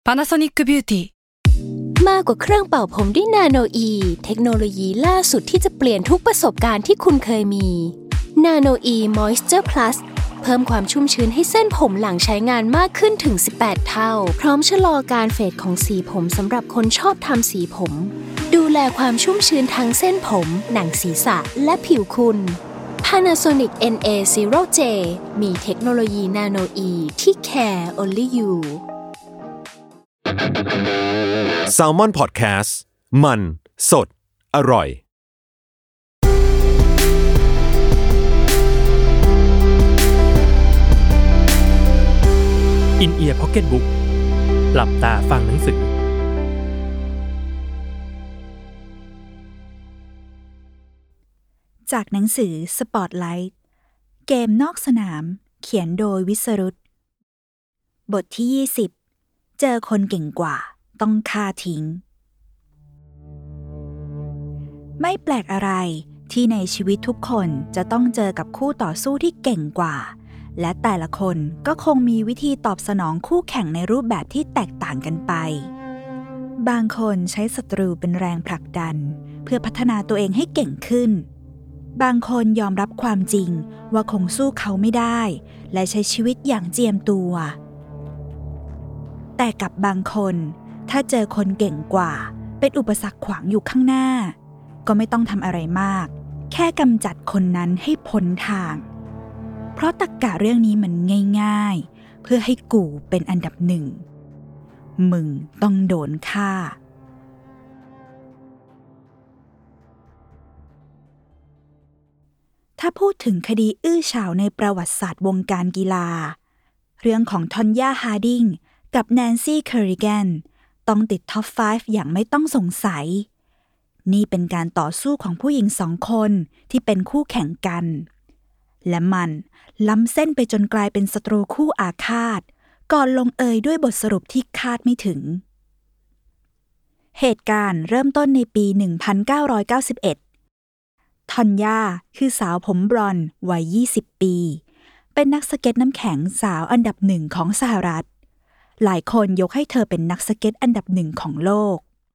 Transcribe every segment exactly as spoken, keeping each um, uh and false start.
Panasonic Beauty มากกว่าเครื่องเป่าผมด้วยนาโนอีเทคโนโลยีล่าสุดที่จะเปลี่ยนทุกประสบการณ์ที่คุณเคยมีนาโนอีมอยส์เจอร์พลัสเพิ่มความชุ่มชื้นให้เส้นผมหลังใช้งานมากขึ้นถึงสิบแปดเท่าพร้อมชะลอการเฟดของสีผมสำหรับคนชอบทำสีผมดูแลความชุ่มชื้นทั้งเส้นผมหนังศีรษะและผิวคุณ Panasonic เอ็น เอ ศูนย์ เจ มีเทคโนโลยีนาโนอีที่ care only you Salmon Podcast มันสดอร่อยอินเอียร์พ็อกเก็ตบุ๊กหลับตาฟังหนังสือจากหนังสือ Spotlight เกมนอกสนามเขียนโดยวิสรุตบทที่ยี่สิบเจอคนเก่งกว่าต้องฆ่าทิ้งไม่แปลกอะไรที่ในชีวิตทุกคนจะต้องเจอกับคู่ต่อสู้ที่เก่งกว่าและแต่ละคนก็คงมีวิธีตอบสนองคู่แข่งในรูปแบบที่แตกต่างกันไปบางคนใช้ศัตรูเป็นแรงผลักดันเพื่อพัฒนาตัวเองให้เก่งขึ้นบางคนยอมรับความจริงว่าคงสู้เขาไม่ได้และใช้ชีวิตอย่างเจียมตัวแต่กับบางคนถ้าเจอคนเก่งกว่าเป็นอุปสรรคขวางอยู่ข้างหน้าก็ไม่ต้องทำอะไรมากแค่กำจัดคนนั้นให้พ้นทางเพราะตรรกะเรื่องนี้มันง่ายๆเพื่อให้กูเป็นอันดับหนึ่งมึงต้องโดนฆ่าถ้าพูดถึงคดีอื้อฉาวในประวัติศาสตร์วงการกีฬาเรื่องของทอนย่าฮาร์ดิงกับแนนซี่เคอริแกนต้องติดท็อปห้าอย่างไม่ต้องสงสัยนี่เป็นการต่อสู้ของผู้หญิงสองคนที่เป็นคู่แข่งกันและมันล้ำเส้นไปจนกลายเป็นศัตรูคู่อาฆาตก่อนลงเอยด้วยบทสรุปที่คาดไม่ถึงเหตุการณ์เริ่มต้นในปี หนึ่งพันเก้าร้อยเก้าสิบเอ็ด ทอนย่าคือสาวผมบลอนด์วัย ยี่สิบ ปีเป็นนักสเก็ตน้ำแข็งสาวอันดับหนึ่งของสหรัฐหลายคนยกให้เธอเป็นนักสเก็ตอันดับหนึ่งของโลก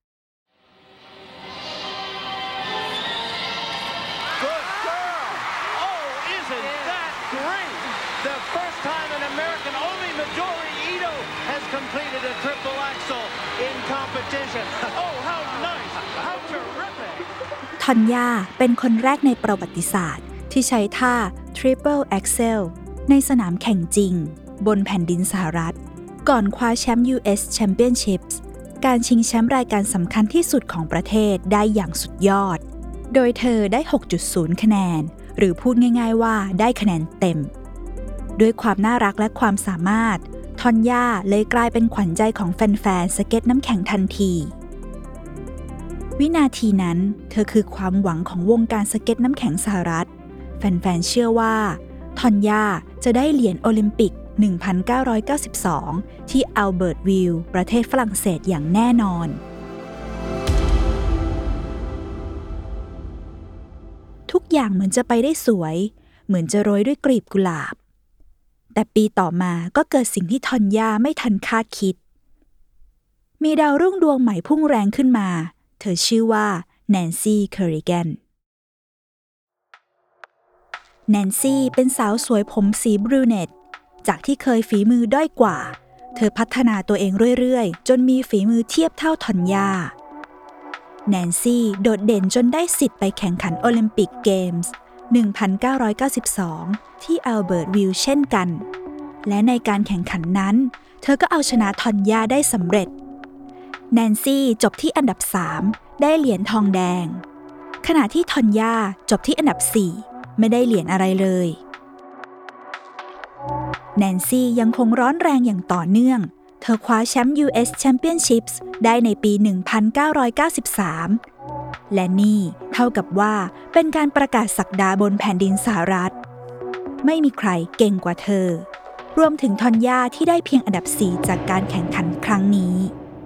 ทอนย่าเป็นคนแรกในประวัติศาสตร์ที่ใช้ท่า Triple Axel ในสนามแข่งจริงบนแผ่นดินสหรัฐก่อนคว้าแชมป์ ยู เอส Championships การชิงแชมป์รายการสำคัญที่สุดของประเทศได้อย่างสุดยอดโดยเธอได้ หกจุดศูนย์ คะแนนหรือพูดง่ายๆว่าได้คะแนนเต็มด้วยความน่ารักและความสามารถทอนย่าเลยกลายเป็นขวัญใจของแฟนๆสเก็ตน้ำแข็งทันทีวินาทีนั้นเธอคือความหวังของวงการสเก็ตน้ำแข็งสหรัฐแฟนๆเชื่อว่าทอนย่าจะได้เหรียญโอลิมปิก หนึ่งพันเก้าร้อยเก้าสิบสอง ที่อัลเบิร์ตวิลล์ประเทศฝรั่งเศสอย่างแน่นอนทุกอย่างเหมือนจะไปได้สวยเหมือนจะโรยด้วยกลีบกุหลาบแต่ปีต่อมาก็เกิดสิ่งที่ทอนย่าไม่ทันคาดคิดมีดาวรุ่งดวงใหม่พุ่งแรงขึ้นมาเธอชื่อว่าแนนซี่เคอริแกนแนนซี่เป็นสาวสวยผมสีบรูเนตจากที่เคยฝีมือด้อยกว่าเธอพัฒนาตัวเองเรื่อยๆจนมีฝีมือเทียบเท่าทอนย่าแนนซี่โดดเด่นจนได้สิทธิ์ไปแข่งขันโอลิมปิกเกมส์ หนึ่งพันเก้าร้อยเก้าสิบสอง ที่อัลเบิร์ตวิลล์เช่นกันและในการแข่งขันนั้นเธอก็เอาชนะทอนย่าได้สำเร็จแนนซี่จบที่อันดับสามได้เหรียญทองแดงขณะที่ทอนย่าจบที่อันดับสี่ไม่ได้เหรียญอะไรเลยแนนซี่ยังคงร้อนแรงอย่างต่อเนื่องเธอคว้าแชมป์ ยู เอส Championships ได้ในปี หนึ่งพันเก้าร้อยเก้าสิบสาม และนี่เท่ากับว่าเป็นการประกาศศักดาบนแผ่นดินสหรัฐไม่มีใครเก่งกว่าเธอรวมถึงทอนย่าที่ได้เพียงอันดับสี่จากการแข่งขันครั้งนี้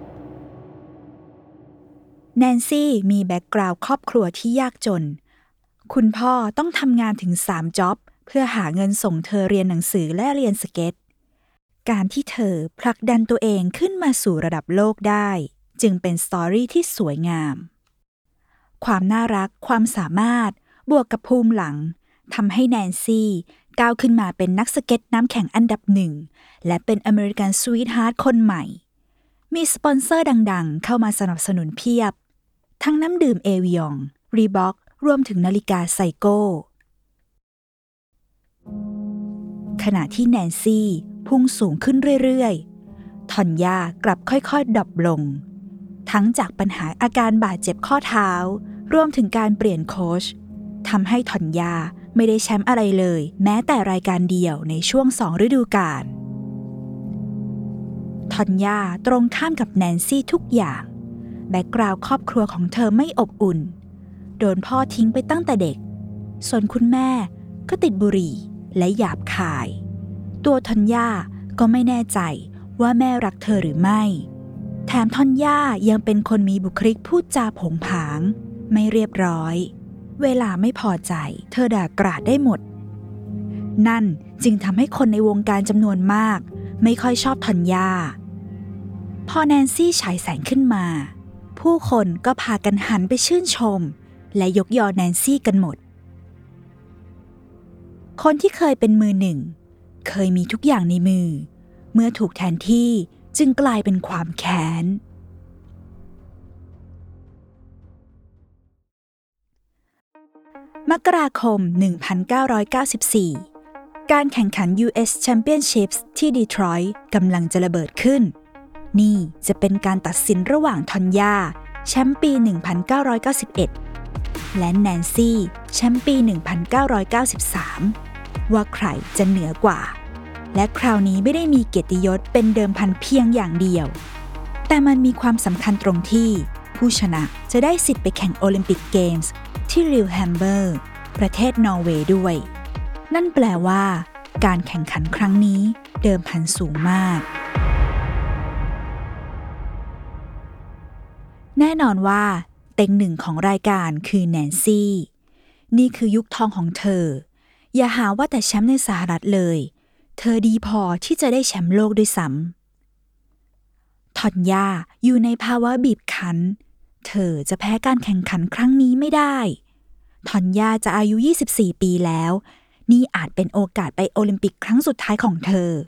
แนนซี่มีแบ็กกราวด์ครอบครัวที่ยากจนคุณพ่อต้องทำงานถึงสามจ็อบเพื่อหาเงินส่งเธอเรียนหนังสือและเรียนสเก็ตการที่เธอผลักดันตัวเองขึ้นมาสู่ระดับโลกได้จึงเป็นสตอรี่ที่สวยงามความน่ารักความสามารถบวกกับภูมิหลังทำให้แนนซี่ก้าวขึ้นมาเป็นนักสเก็ตน้ำแข็งอันดับหนึ่งและเป็นอเมริกันสวีทฮาร์ทคนใหม่มีสปอนเซอร์ดังๆเข้ามาสนับสนุนเพียบทั้งน้ำดื่มเอวิองรีบ็อกรวมถึงนาฬิกาไซโก้ขณะที่แนนซี่พุ่งสูงขึ้นเรื่อยๆทอนยากลับค่อยๆดรอปลงทั้งจากปัญหาอาการบาดเจ็บข้อเท้ารวมถึงการเปลี่ยนโค้ชทำให้ทอนยาไม่ได้แชมป์อะไรเลยแม้แต่รายการเดียวในช่วงสองฤดูกาลทอนยาตรงข้ามกับแนนซี่ทุกอย่างแบ็คกราวด์ครอบครัวของเธอไม่อบอุ่นโดนพ่อทิ้งไปตั้งแต่เด็กส่วนคุณแม่ก็ติดบุหรี่และหยาบคายตัวทอนยาก็ไม่แน่ใจว่าแม่รักเธอหรือไม่แถมทอนยายังเป็นคนมีบุคลิกพูดจาโผงผางไม่เรียบร้อยเวลาไม่พอใจเธอด่ากราดได้หมดนั่นจึงทำให้คนในวงการจำนวนมากไม่ค่อยชอบทอนยาพอแนนซี่ฉายแสงขึ้นมาผู้คนก็พากันหันไปชื่นชมและยกยอแนนซี่กันหมดคนที่เคยเป็นมือหนึ่งเคยมีทุกอย่างในมือเมื่อถูกแทนที่จึงกลายเป็นความแค้นมกราคมหนึ่งพันเก้าร้อยเก้าสิบสี่การแข่งขัน ยู เอส Championships ที่ดีทรอยต์กำลังจะระเบิดขึ้นนี่จะเป็นการตัดสินระหว่างทอนยาแชมป์ปี หนึ่งพันเก้าร้อยเก้าสิบเอ็ด และแนนซี่แชมป์ปี หนึ่งพันเก้าร้อยเก้าสิบสาม ว่าใครจะเหนือกว่าและคราวนี้ไม่ได้มีเกียรติยศเป็นเดิมพันเพียงอย่างเดียวแต่มันมีความสำคัญตรงที่ผู้ชนะจะได้สิทธิ์ไปแข่งโอลิมปิกเกมส์ที่ริลแฮมเบอร์ประเทศนอร์เวย์ด้วยนั่นแปลว่าการแข่งขันครั้งนี้เดิมพันสูงมากแน่นอนว่าเต็งหนึ่งของรายการคือแนนซี่นี่คือยุคทองของเธออย่าหาว่าแต่แชมป์ในสหรัฐเลยเธอดีพอที่จะได้แชมป์โลกด้วยซ้ำทอนยาอยู่ในภาวะบีบคั้นเธอจะแพ้การแข่งขันครั้งนี้ไม่ได้ทอนยาจะอายุยี่สิบสี่ปีแล้วนี่อาจเป็นโอกาสไปโอลิมปิกครั้งสุดท้ายของเธอ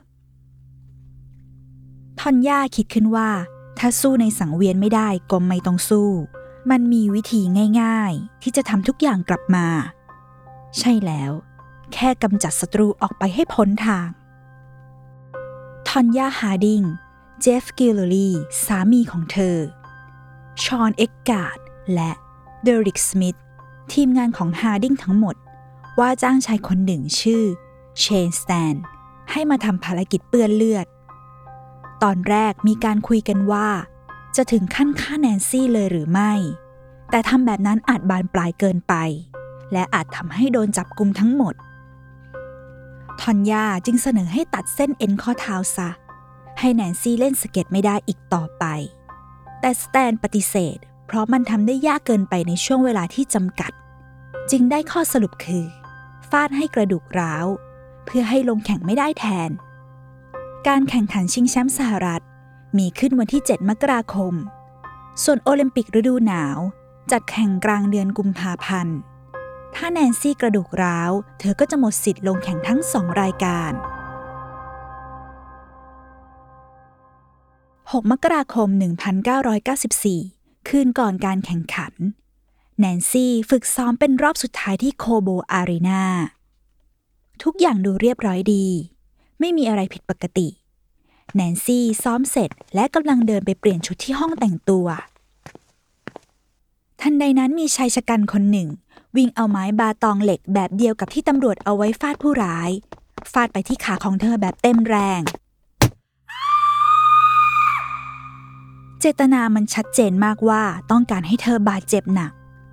ทอนยาคิดขึ้นว่าถ้าสู้ในสังเวียนไม่ได้ก็ไม่ต้องสู้มันมีวิธีง่ายๆที่จะทำทุกอย่างกลับมาใช่แล้วแค่กำจัดศัตรูออกไปให้พ้นทางทอนยาฮาร์ดิงเจฟกิลเลอรีสามีของเธอชอนเอ็กการ์ดและเดริกสมิธทีมงานของฮาร์ดิงทั้งหมดว่าจ้างชายคนหนึ่งชื่อเชนสแตนให้มาทำภารกิจเปื้อนเลือดตอนแรกมีการคุยกันว่าจะถึงขั้นฆ่าแนนซี่เลยหรือไม่แต่ทำแบบนั้นอาจบานปลายเกินไปและอาจทำให้โดนจับกุมทั้งหมดทอนยาจึงเสนอให้ตัดเส้นเอ็นข้อเท้าซะให้แนนซี่เล่นสเก็ตไม่ได้อีกต่อไปแต่สแตนปฏิเสธเพราะมันทำได้ยากเกินไปในช่วงเวลาที่จำกัดจึงได้ข้อสรุปคือฟาดให้กระดูกร้าวเพื่อให้ลงแข่งไม่ได้แทนการแข่งขันชิงแชมป์สหรัฐมีขึ้นวันที่เจ็ดมกราคมส่วนโอลิมปิกฤดูหนาวจัดแข่งกลางเดือนกุมภาพันธ์ถ้าแนนซี่กระดูกร้าวเธอก็จะหมดสิทธิ์ลงแข่งทั้งสองรายการหกมกราคมหนึ่งพันเก้าร้อยเก้าสิบสี่คืนก่อนการแข่งขันแนนซี่ฝึกซ้อมเป็นรอบสุดท้ายที่โคโบอารีนาทุกอย่างดูเรียบร้อยดีไม่มีอะไรผิดปกติแนนซี่ซ้อมเสร็จและกำลังเดินไปเปลี่ยนชุดที่ห้องแต่งตัวทันใดนั้นมีชายชะกันคนหนึ่งวิ่งเอาไม้บาตองเหล็กแบบเดียวกับที่ตำรวจเอาไว้ฟาดผู้ร้ายฟาดไปที่ขาของเธอแบบเต็มแรงเจตนามันชัดเจนมากว่าต้องการให้เธอบาดเจ็บหนัก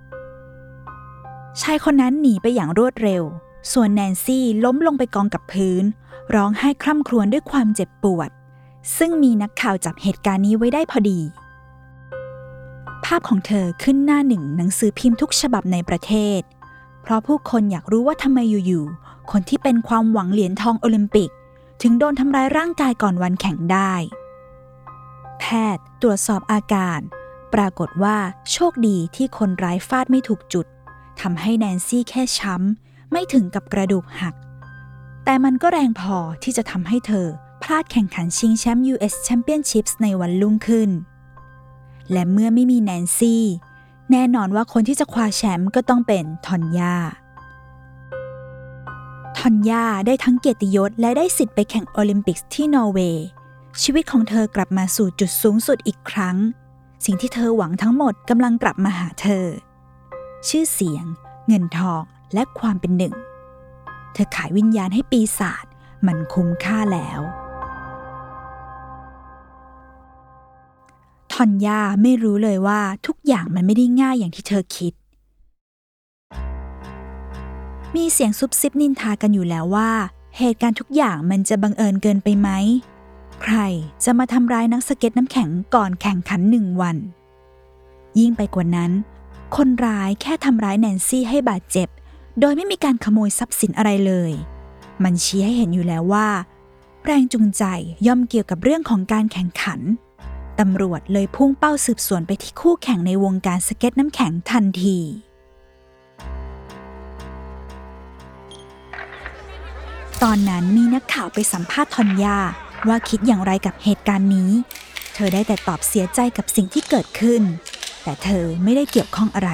ชายคนนั้นหนีไปอย่างรวดเร็วส่วนแนนซี่ล้มลงไปกองกับพื้นร้องไห้คร่ำครวญด้วยความเจ็บปวดซึ่งมีนักข่าวจับเหตุการณ์นี้ไว้ได้พอดีภาพของเธอขึ้นหน้าหนึ่งหนังสือพิมพ์ทุกฉบับในประเทศเพราะผู้คนอยากรู้ว่าทำไมอยู่ๆคนที่เป็นความหวังเหรียญทองโอลิมปิกถึงโดนทำร้ายร่างกายก่อนวันแข่งได้แพทย์ตรวจสอบอาการปรากฏว่าโชคดีที่คนร้ายฟาดไม่ถูกจุดทำให้แนนซี่แค่ช้ำไม่ถึงกับกระดูกหักแต่มันก็แรงพอที่จะทำให้เธอพลาดแข่งขันชิงแชมป์ ยู เอส Championships ในวันรุ่งขึ้นและเมื่อไม่มีแนนซี่แน่นอนว่าคนที่จะคว้าแชมป์ก็ต้องเป็นทอนยาทอนยาได้ทั้งเกียรติยศและได้สิทธิ์ไปแข่งโอลิมปิกที่นอร์เวย์ชีวิตของเธอกลับมาสู่จุดสูงสุดอีกครั้งสิ่งที่เธอหวังทั้งหมดกำลังกลับมาหาเธอชื่อเสียงเงินทองและความเป็นหนึ่งเธอขายวิญญาณให้ปีศาจมันคุ้มค่าแล้วทอนยาไม่รู้เลยว่าทุกอย่างมันไม่ได้ง่ายอย่างที่เธอคิดมีเสียงซุบซิบนินทากันอยู่แล้วว่าเหตุการณ์ทุกอย่างมันจะบังเอิญเกินไปไหมใครจะมาทำร้ายนักสเก็ตน้ำแข็งก่อนแข่งขันหนึ่งวันยิ่งไปกว่านั้นคนร้ายแค่ทำร้ายแนนซี่ให้บาดเจ็บโดยไม่มีการขโมยทรัพย์สินอะไรเลยมันชี้ให้เห็นอยู่แล้วว่าแรงจูงใจย่อมเกี่ยวกับเรื่องของการแข่งขันตำรวจเลยพุ่งเป้าสืบสวนไปที่คู่แข่งในวงการสเก็ตน้ำแข็งทันทีตอนนั้นมีนักข่าวไปสัมภาษณ์ทอนยาว่าคิดอย่างไรกับเหตุการณ์นี้เธอได้แต่ตอบเสียใจกับสิ่งที่เกิดขึ้นแต่เธอไม่ได้เกี่ยวข้องอะไร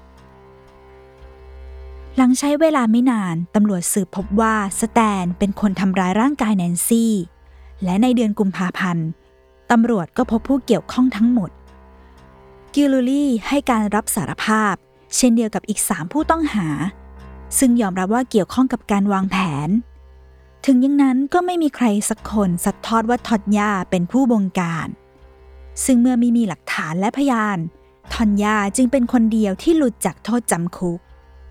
หลังใช้เวลาไม่นานตำรวจสืบพบว่าสแตนเป็นคนทำร้ายร่างกายแนนซี่และในเดือนกุมภาพันธ์ตำรวจก็พบผู้เกี่ยวข้องทั้งหมดกิลลูลี่ให้การรับสารภาพเช่นเดียวกับอีกสามผู้ต้องหาซึ่งยอมรับว่าเกี่ยวข้องกับการวางแผนถึงอย่างนั้นก็ไม่มีใครสักคนสัดทอดว่าทอนยาเป็นผู้บงการซึ่งเมื่อไม่มีหลักฐานและพยานทอนยาจึงเป็นคนเดียวที่หลุดจากโทษจำคุก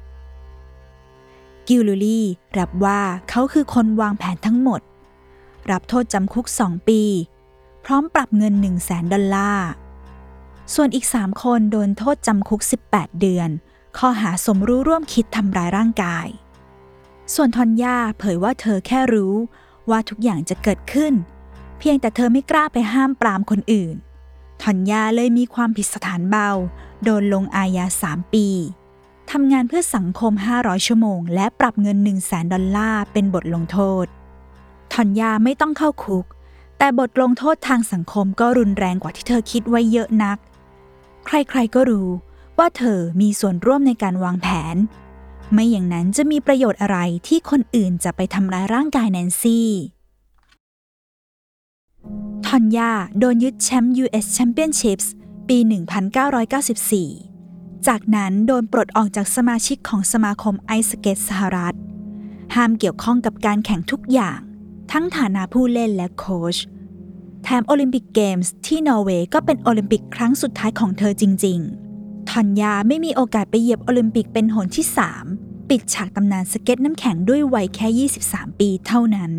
กิลลูลี่รับว่าเขาคือคนวางแผนทั้งหมดรับโทษจำคุกสองปีพร้อมปรับเงิน หนึ่งแสน ดอลลาร์ส่วนอีกสามคนโดนโทษจำคุกสิบแปดเดือนข้อหาสมรู้ร่วมคิดทำร้ายร่างกายส่วนทอนยาเผยว่าเธอแค่รู้ว่าทุกอย่างจะเกิดขึ้นเพียงแต่เธอไม่กล้าไปห้ามปรามคนอื่นทอนยาเลยมีความผิดสถานเบาโดนลงอาญาสามปีทำงานเพื่อสังคมห้าร้อยชั่วโมงและปรับเงิน หนึ่งแสน ดอลลาร์เป็นบทลงโทษทอนยาไม่ต้องเข้าคุกแต่บทลงโทษทางสังคมก็รุนแรงกว่าที่เธอคิดไว้เยอะนักใครๆก็รู้ว่าเธอมีส่วนร่วมในการวางแผนไม่อย่างนั้นจะมีประโยชน์อะไรที่คนอื่นจะไปทำร้ายร่างกายแนนซี่ทอนยาโดนยึดแชมป์ ยู เอส Championships ปี หนึ่งพันเก้าร้อยเก้าสิบสี่ จากนั้นโดนปลดออกจากสมาชิกของสมาคมไอซ์สเก็ตสหรัฐห้ามเกี่ยวข้องกับการแข่งทุกอย่างทั้งฐานะผู้เล่นและโค้ชแถมโอลิมปิกเกมส์ที่นอร์เวย์ก็เป็นโอลิมปิกครั้งสุดท้ายของเธอจริงๆทอนยาไม่มีโอกาสไปเหยียบโอลิมปิกเป็นหนที่สามปิดฉากตำนานสเก็ตน้ำแข็งด้วยวัยแค่ยี่สิบสามปีเท่านั้น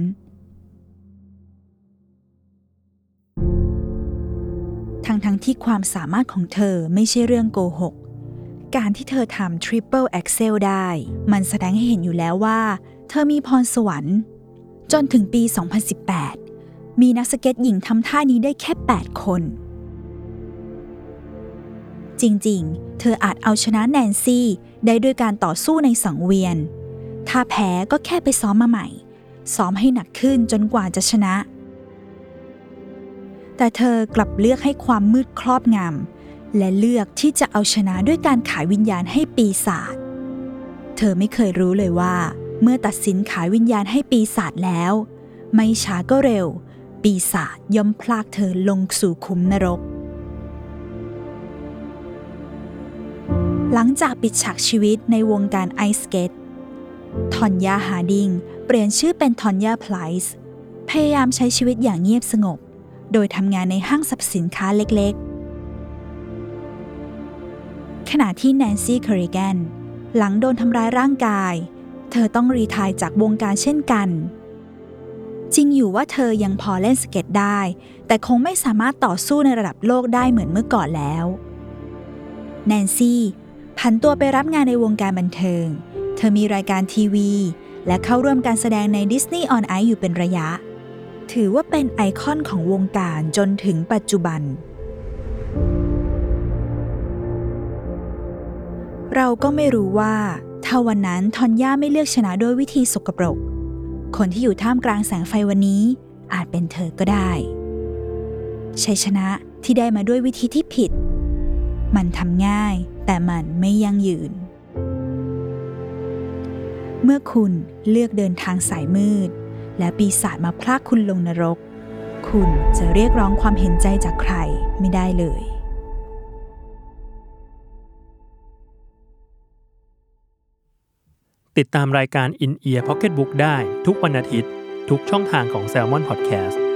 ทั้งๆที่ความสามารถของเธอไม่ใช่เรื่องโกหกการที่เธอทำ Triple Axel ได้มันแสดงให้เห็นอยู่แล้วว่าเธอมีพรสวรรค์จนถึงปี สองพันสิบแปด มีนักสเก็ตหญิงทำท่านี้ได้แค่ แปด คนจริงๆเธออาจเอาชนะแนนซี่ได้ด้วยการต่อสู้ในสังเวียนถ้าแพ้ก็แค่ไปซ้อมมาใหม่ซ้อมให้หนักขึ้นจนกว่าจะชนะแต่เธอกลับเลือกให้ความมืดครอบงำและเลือกที่จะเอาชนะด้วยการขายวิญญาณให้ปีศาจเธอไม่เคยรู้เลยว่าเมื่อตัดสินขายวิญญาณให้ปีศาจแล้วไม่ช้าก็เร็วปีศาจย่อมพลากเธอลงสู่ขุมนรกหลังจากปิดฉากชีวิตในวงการไอซ์สเก็ตทอนยาฮาร์ดิงเปลี่ยนชื่อเป็นทอนยาไพรส์พยายามใช้ชีวิตอย่างเงียบสงบโดยทำงานในห้างสรรพสินค้าเล็กๆขณะที่แนนซี่เคอริแกนหลังโดนทำร้ายร่างกายเธอต้องรีไทร์จากวงการเช่นกันจริงอยู่ว่าเธอยังพอเล่นสเก็ตได้แต่คงไม่สามารถต่อสู้ในระดับโลกได้เหมือนเมื่อก่อนแล้วแนนซี่ผันตัวไปรับงานในวงการบันเทิงเธอมีรายการทีวีและเข้าร่วมการแสดงใน Disney on Ice อยู่เป็นระยะถือว่าเป็นไอคอนของวงการจนถึงปัจจุบันเราก็ไม่รู้ว่าถ้าวันนั้นทอนย่าไม่เลือกชนะด้วยวิธีสกปรกคนที่อยู่ท่ามกลางแสงไฟวันนี้อาจเป็นเธอก็ได้ชัยชนะที่ได้มาด้วยวิธีที่ผิดมันทำง่ายแต่มันไม่ยั่งยืนเมื่อคุณเลือกเดินทางสายมืดและปีศาจมาพรากคุณลงนรกคุณจะเรียกร้องความเห็นใจจากใครไม่ได้เลยติดตามรายการ In Ear Pocket Book ได้ทุกวันอาทิตย์ทุกช่องทางของ Salmon Podcast